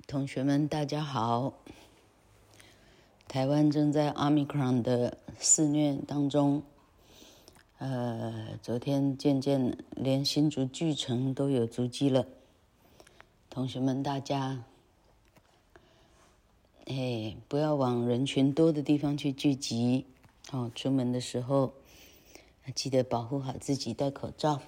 同学们大家好。台湾正在 Omicron 的肆虐当中，昨天渐渐连新竹巨城都有足迹了。同学们大家不要往人群多的地方去聚集，出门的时候记得保护好自己，戴口罩。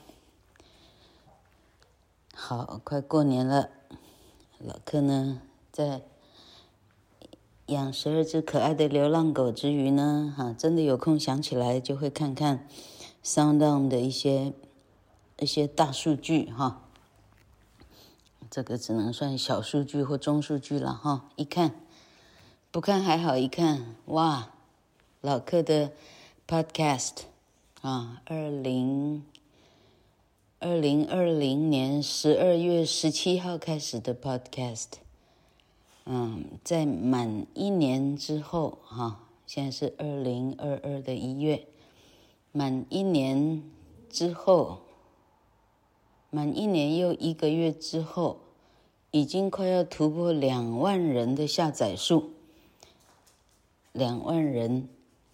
好，快过年了，老柯呢在养12只可爱的流浪狗之余呢，真的有空想起来就会看看 SoundOn 的一些大数据哈。这个只能算小数据或中数据了哈。一看不看还好，一看哇，老柯的 podcast 2020年12月17号开始的 podcast，在满1年之后现在是2022的1月，满1年之后，满1年又1个月之后，已经快要突破2万人的下载数。2万人，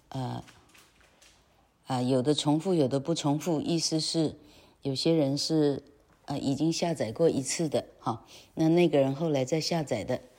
有的重复，有的不重复，意思是有些人是已经下载过一次的，那个人后来再下载的，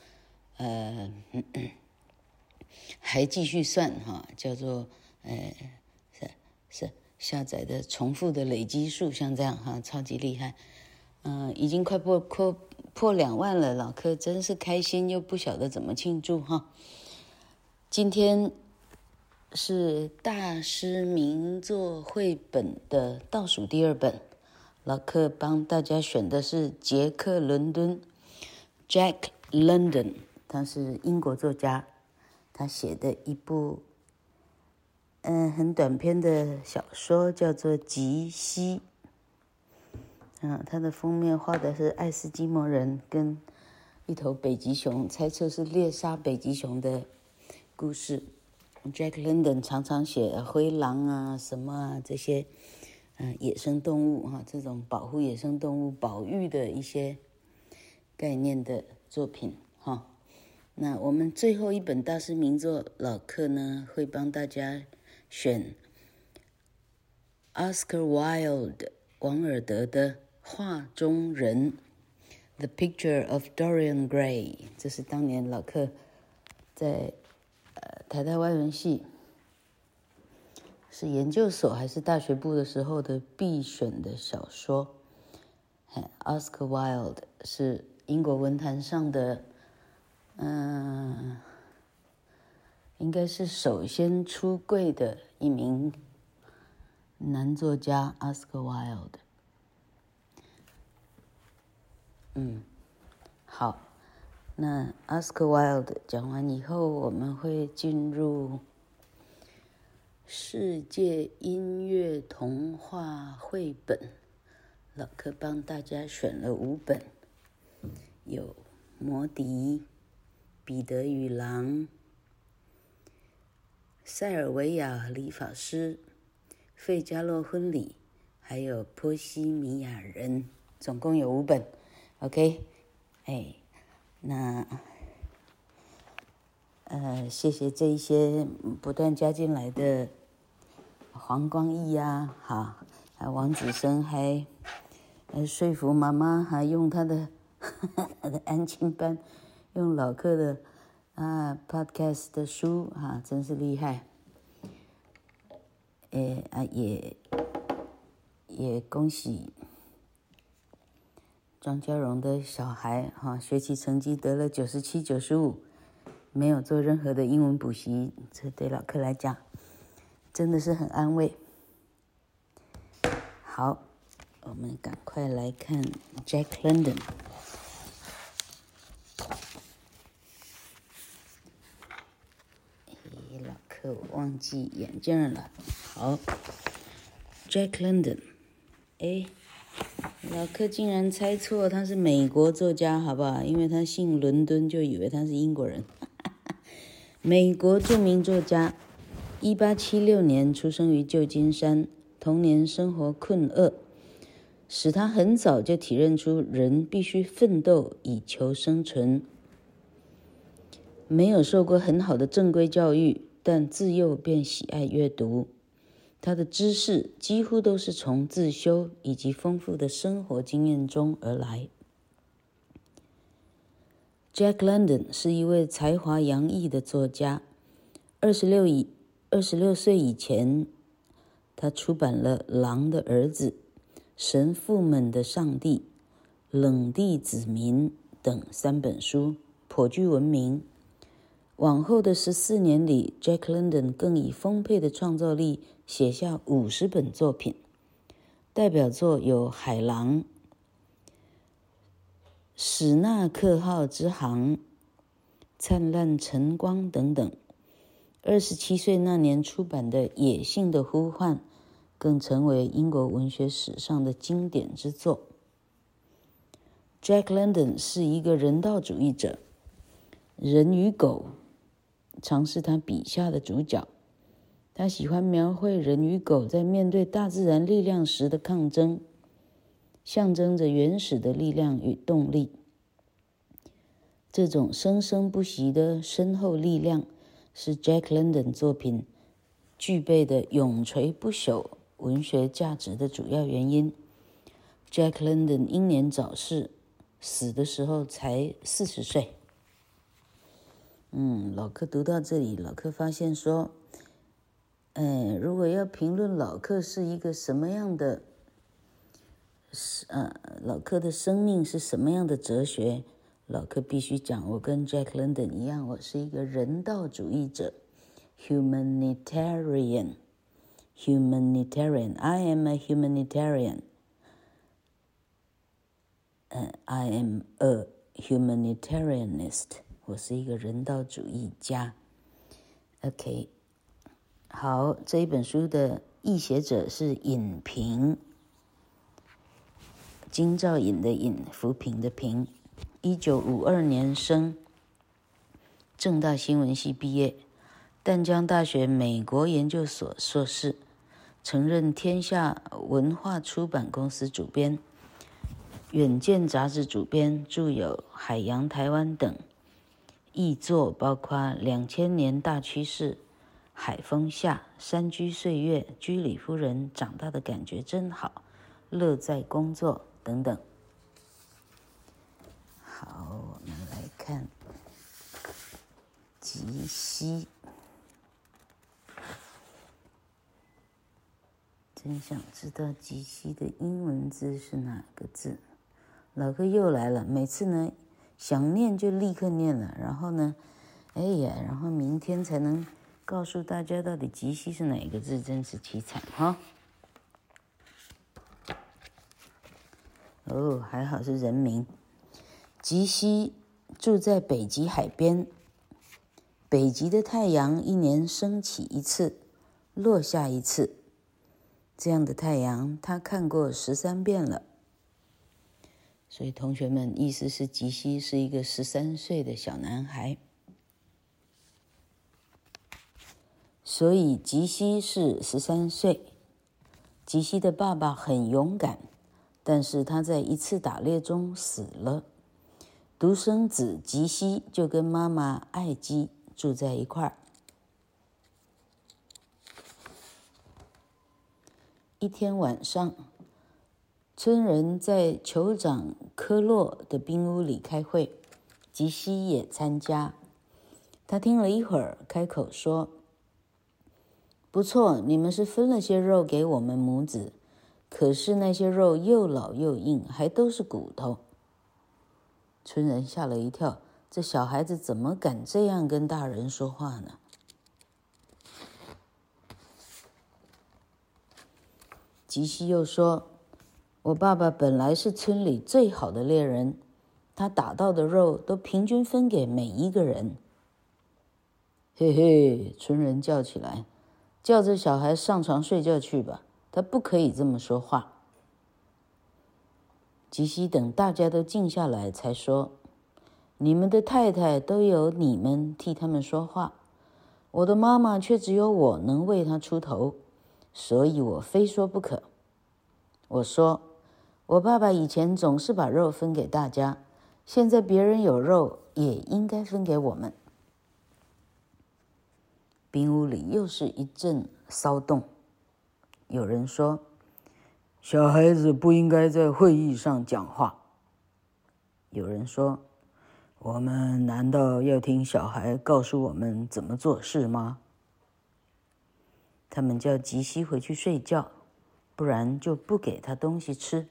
还继续算叫做是下载的重复的累积数，像这样超级厉害。已经快破2万了，老柯真是开心，又不晓得怎么庆祝哈。今天是大师名作绘本的倒数第2本，老柯帮大家选的是杰克·伦敦 Jack London， 他是英国作家，他写的一部很短篇的小说，叫做《极西》。他的封面画的是爱斯基摩人跟一头北极熊，猜测是猎杀北极熊的故事。Jack London 常常写灰狼什么这些野生动物这种保护野生动物保育的一些概念的作品那我们最后一本大师名作，老柯呢会帮大家选 Oscar Wilde 王尔德的画中人 The Picture of Dorian Gray， 这是当年老柯在台大外文系是研究所还是大学部的时候的必选的小说。Oscar Wilde 是英国文坛上的应该是首先出柜的一名男作家 Oscar Wilde。好，那 Oscar Wilde 讲完以后，我们会进入世界音乐童话绘本。老柯帮大家选了5本，有魔笛、彼得与狼、塞尔维亚理发师、费加洛婚礼，还有波西米亚人，总共有5本。OK， 那谢谢这一些不断加进来的黄光义王子生还说服妈妈还用他的安亲班，用老柯的podcast 的书真是厉害。也恭喜庄家荣的小孩学习成绩得了97、95，没有做任何的英文补习，这对老柯来讲真的是很安慰。好，我们赶快来看 Jack London。老柯我忘记眼镜了。好 Jack London， 老柯竟然猜错他是美国作家，好不好？因为他姓伦敦，就以为他是英国人。美国著名作家，1876年出生于旧金山，童年生活困厄，使他很早就体认出人必须奋斗以求生存。 没有受过很好的正规教育，但自幼便喜爱阅读。他的知识几乎都是从自修以及丰富的生活经验中而来。Jack London 是一位才华洋溢的作家。26岁以前，他出版了《狼的儿子》、《神父们的上帝》、《冷地子民》等3本书，颇具闻名。往后的14年里 ，Jack London 更以丰沛的创造力写下50本作品，代表作有《海狼》、《史纳克号之航》、《灿烂晨光》等等。27岁那年出版的《野性的呼唤》更成为英国文学史上的经典之作。Jack London 是一个人道主义者，人与狗常是他笔下的主角。他喜欢描绘人与狗在面对大自然力量时的抗争，象征着原始的力量与动力。这种生生不息的深厚力量是 Jack London 作品具备的永垂不朽文学价值的主要原因。Jack London 英年早逝，死的时候才40岁。老克读到这里，老克发现说，如果要评论老克是一个什么样的，老克的生命是什么样的哲学，老克必须讲，我跟 Jack London 一样，我是一个人道主义者 ，humanitarian. I am a humanitarian. I am a humanitarianist. 我是一个人道主义家。OK， 好，这一本书的译写者是尹平，金兆尹的尹，浮萍的萍。1952年生，政大新闻系毕业，淡江大学美国研究所硕士，曾任天下文化出版公司主编，远见杂志主编，著有《海洋台湾》等。译作包括《2000年大趋势》、《海风下》、《山居岁月》、《居里夫人长大的感觉真好》、《乐在工作》等等。好，我们来看吉西。真想知道吉西的英文字是哪个字。老哥又来了，每次呢想念就立刻念了，然后呢然后明天才能告诉大家到底吉西是哪个字，真是凄惨哈。还好是人名。吉西住在北极海边，北极的太阳一年升起一次，落下一次，这样的太阳他看过13遍了。所以同学们，意思是吉西是一个13岁的小男孩。所以吉西是13岁。吉西的爸爸很勇敢，但是他在一次打猎中死了。独生子吉西就跟妈妈艾姬住在一块儿。一天晚上，村人在酋长科洛的兵屋里开会，吉西也参加。他听了一会儿，开口说：“不错，你们是分了些肉给我们母子，可是那些肉又老又硬，还都是骨头。”村人吓了一跳，这小孩子怎么敢这样跟大人说话呢？吉西又说：“我爸爸本来是村里最好的猎人，他打到的肉都平均分给每一个人。”嘿嘿，村人叫起来，叫这小孩上床睡觉去吧，他不可以这么说话。吉西等大家都静下来才说：“你们的太太都有你们替他们说话，我的妈妈却只有我能为她出头，所以我非说不可。我说，我爸爸以前总是把肉分给大家，现在别人有肉也应该分给我们。” 兵屋里又是一阵骚动。有人说，小孩子不应该在会议上讲话。有人说，我们难道要听小孩告诉我们怎么做事吗？他们叫吉西回去睡觉，不然就不给他东西吃。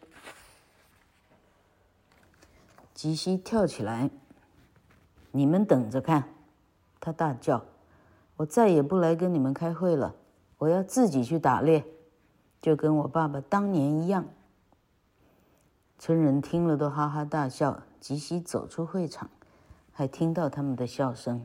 吉西跳起来，你们等着看！他大叫，我再也不来跟你们开会了，我要自己去打猎，就跟我爸爸当年一样。村人听了都哈哈大笑。吉西走出会场，还听到他们的笑声。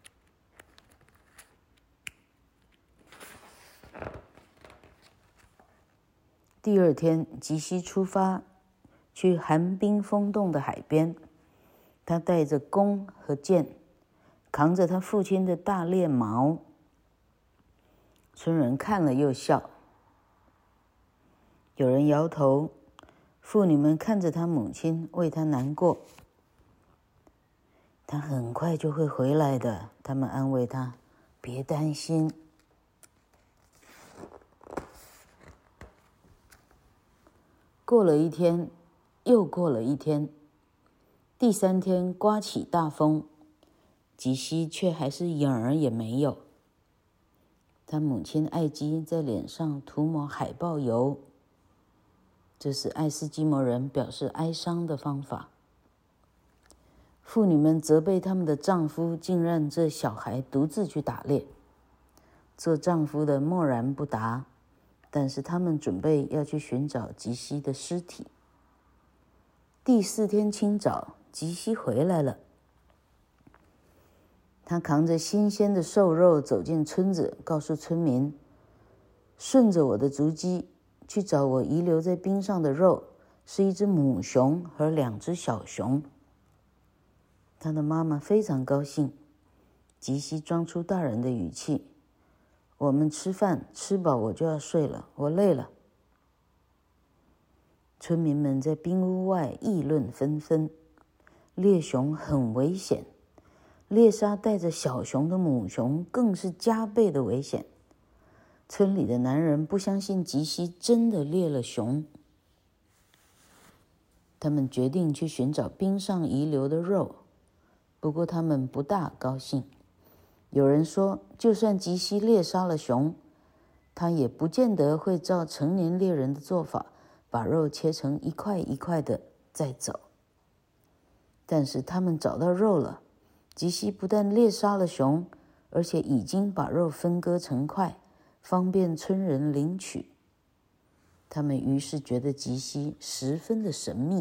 第二天，吉西出发去寒冰封冻的海边。他带着弓和箭，扛着他父亲的大猎矛。村人看了又笑，有人摇头，妇女们看着他母亲，为他难过。他很快就会回来的，他们安慰他，别担心。过了一天，又过了一天，第三天刮起大风，吉西却还是影儿也没有。他母亲艾姬在脸上涂抹海豹油，这是爱斯基摩人表示哀伤的方法。妇女们责备他们的丈夫竟让这小孩独自去打猎，做丈夫的默然不答，但是他们准备要去寻找吉西的尸体。第4天清早，吉西回来了。他扛着新鲜的瘦肉走进村子，告诉村民，顺着我的足迹去找我遗留在冰上的肉，是一只母熊和2只小熊。他的妈妈非常高兴。吉西装出大人的语气，我们吃饭，吃饱我就要睡了，我累了。村民们在冰屋外议论纷纷，猎熊很危险，猎杀带着小熊的母熊更是加倍的危险。村里的男人不相信吉西真的猎了熊，他们决定去寻找冰上遗留的肉，不过他们不大高兴。有人说，就算吉西猎杀了熊，他也不见得会照成年猎人的做法，把肉切成一块一块的再走。但是他们找到肉了，吉西不但猎杀了熊，而且已经把肉分割成块，方便村人领取。他们于是觉得吉西十分的神秘。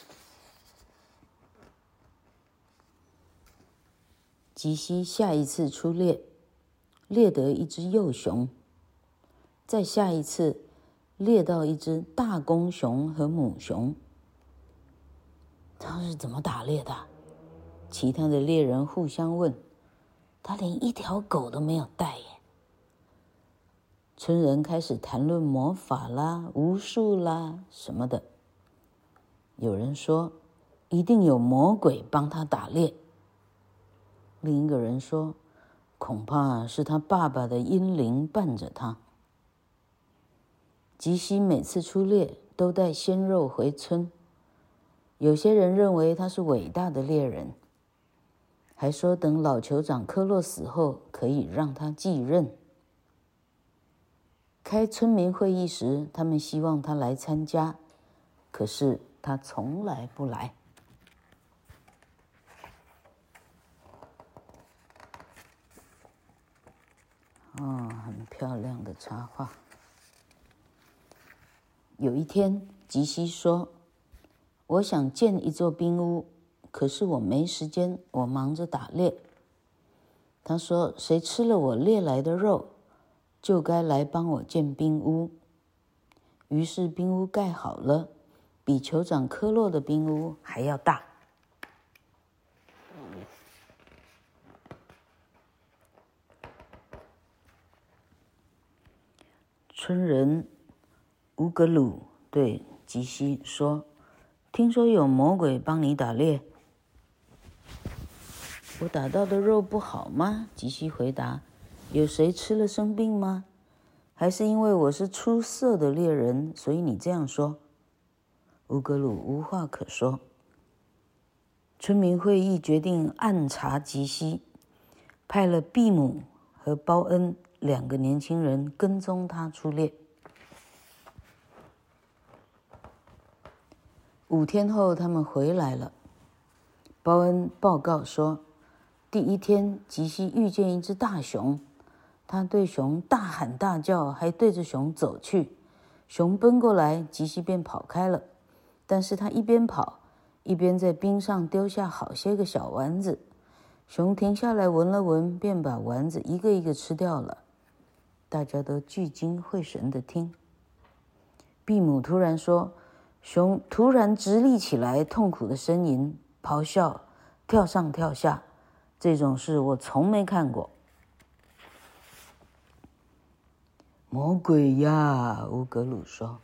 吉西下一次出猎，猎得一只幼熊，再下一次猎到一只大公熊和母熊。他是怎么打猎的？其他的猎人互相问。他连一条狗都没有带耶。村人开始谈论魔法啦、巫术啦什么的。有人说，一定有魔鬼帮他打猎。另一个人说，恐怕是他爸爸的阴灵伴着他。吉西每次出猎都带鲜肉回村，有些人认为他是伟大的猎人，还说等老酋长科洛死后可以让他继任。开村民会议时，他们希望他来参加，可是他从来不来。很漂亮的插画。有一天，吉西说，我想建一座冰屋，可是我没时间，我忙着打猎。他说，谁吃了我猎来的肉，就该来帮我建冰屋。于是冰屋盖好了，比酋长科洛的冰屋还要大。村人乌格鲁对吉西说，听说有魔鬼帮你打猎。我打到的肉不好吗？吉西回答， 有谁吃了生病吗？还是因为我是出色的猎人，所以你这样说？乌格鲁无话可说。村民会议决定暗查吉西，派了毕姆和包恩2个年轻人跟踪他出猎。5天后，他们回来了。包恩报告说，第1天吉西遇见一只大熊，他对熊大喊大叫，还对着熊走去。熊奔过来，吉西便跑开了。但是他一边跑，一边在冰上丢下好些个小丸子。熊停下来闻了闻，便把丸子一个一个吃掉了。大家都聚精会神地听。毕姆突然说，熊突然直立起来，痛苦地呻吟、咆哮、跳上跳下，这种事我从没看过。魔鬼呀，乌格鲁说。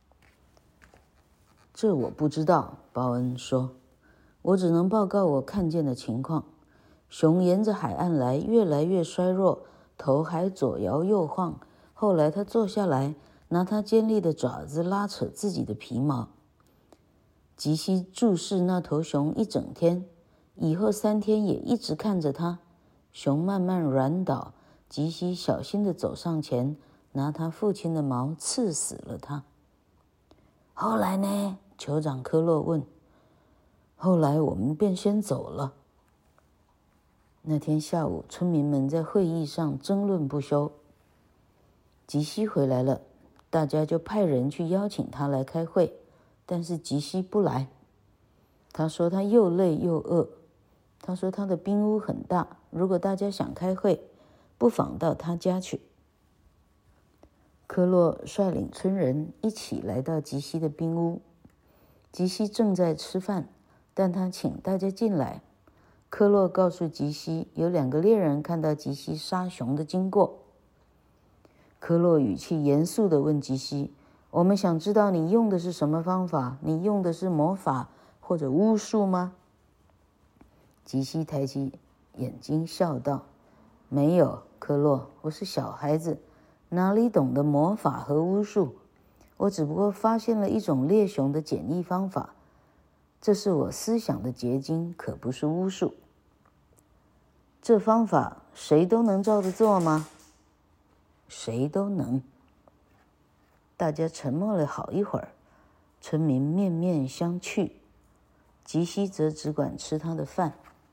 这我不知道，包恩说，我只能报告我看见的情况。熊沿着海岸来，越来越衰弱，头还左摇右晃。后来他坐下来，拿他尖利的爪子拉扯自己的皮毛。吉西注视那头熊一整天，以后3天也一直看着它。熊慢慢软倒，吉西小心地走上前，拿他父亲的矛刺死了它。后来呢？酋长科洛问。后来我们便先走了。那天下午，村民们在会议上争论不休。吉西回来了，大家就派人去邀请他来开会，但是吉西不来。他说他又累又饿。他说他的冰屋很大，如果大家想开会，不妨到他家去。科洛率领村人一起来到吉西的冰屋。吉西正在吃饭，但他请大家进来。科洛告诉吉西，有2个猎人看到吉西杀熊的经过。科洛语气严肃地问吉西，我们想知道你用的是什么方法，你用的是魔法或者巫术吗？吉西抬起眼睛笑道，没有，科洛，我是小孩子，哪里懂得魔法和巫术？我只不过发现了一种猎熊的简易方法，这是我思想的结晶，可不是巫术。这方法谁都能照着做吗？谁都能。大家沉默了好一会儿，村民面面相觑，吉西则只管吃他的饭。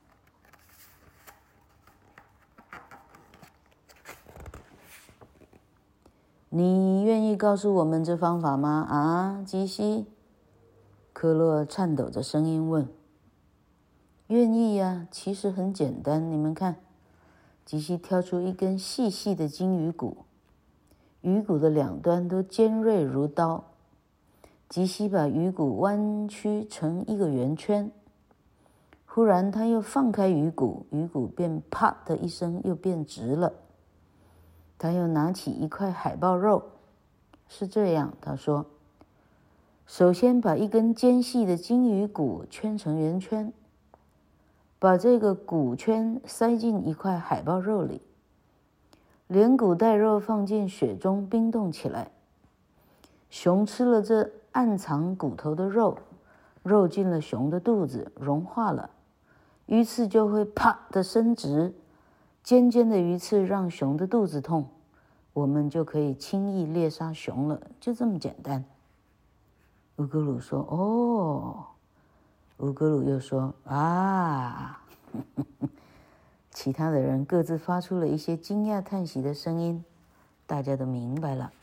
你愿意告诉我们这方法吗？啊，吉西？科洛颤抖着声音问。愿意呀，其实很简单，你们看。吉西挑出一根细细的金鱼骨，鱼骨的2端都尖锐如刀。吉西把鱼骨弯曲成一个圆圈。忽然他又放开鱼骨，鱼骨便啪的一声又变直了。他又拿起一块海豹肉，是这样，他说，首先把一根尖细的金鱼骨圈成圆圈，把这个骨圈塞进一块海豹肉里，连骨带肉放进血中冰冻起来。熊吃了这暗藏骨头的肉，肉进了熊的肚子，融化了，鱼刺就会啪的伸直，尖尖的鱼刺让熊的肚子痛，我们就可以轻易猎杀熊了，就这么简单。乌格鲁说，哦。乌格鲁又说，啊。其他的人各自发出了一些惊讶叹息的声音，大家都明白了。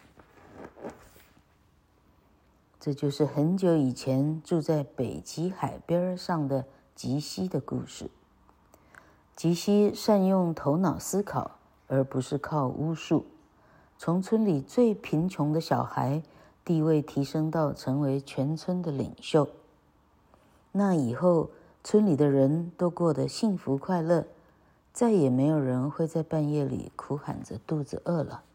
这就是很久以前住在北极海边上的吉西的故事。吉西善用头脑思考，而不是靠巫术，从村里最贫穷的小孩地位提升到成为全村的领袖。那以后，村里的人都过得幸福快乐，再也没有人会在半夜里哭喊着肚子饿了。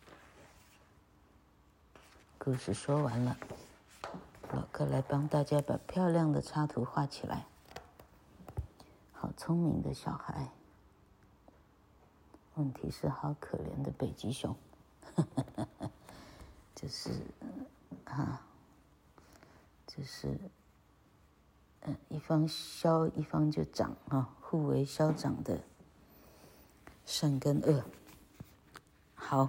故事说完了，老克来帮大家把漂亮的插图画起来。好聪明的小孩。 问题是好可怜的北极熊，就是就是一方消一方就长互为消长的善跟恶。好，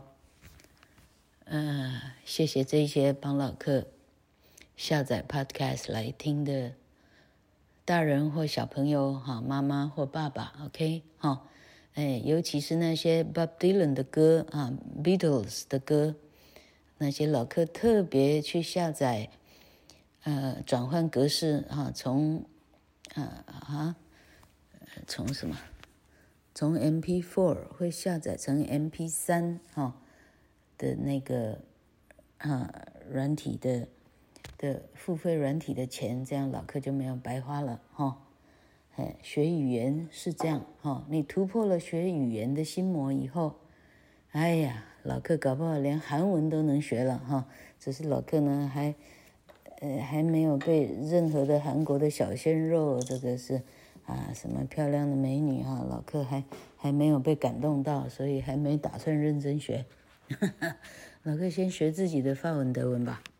谢谢这些帮老客下载 Podcast 来听的大人或小朋友妈妈或爸爸 OK 尤其是那些 Bob Dylan 的歌Beatles 的歌，那些老客特别去下载转换格式从什么？从 MP4 会下载成 MP3 的那个软体的付费软体的钱，这样老客就没有白花了学语言是这样你突破了学语言的心魔以后，哎呀，老客搞不好连韩文都能学了只是老客呢还没有被任何的韩国的小鲜肉，这个是什么漂亮的美女老客还没有被感动到，所以还没打算认真学。老客先学自己的法文德文吧。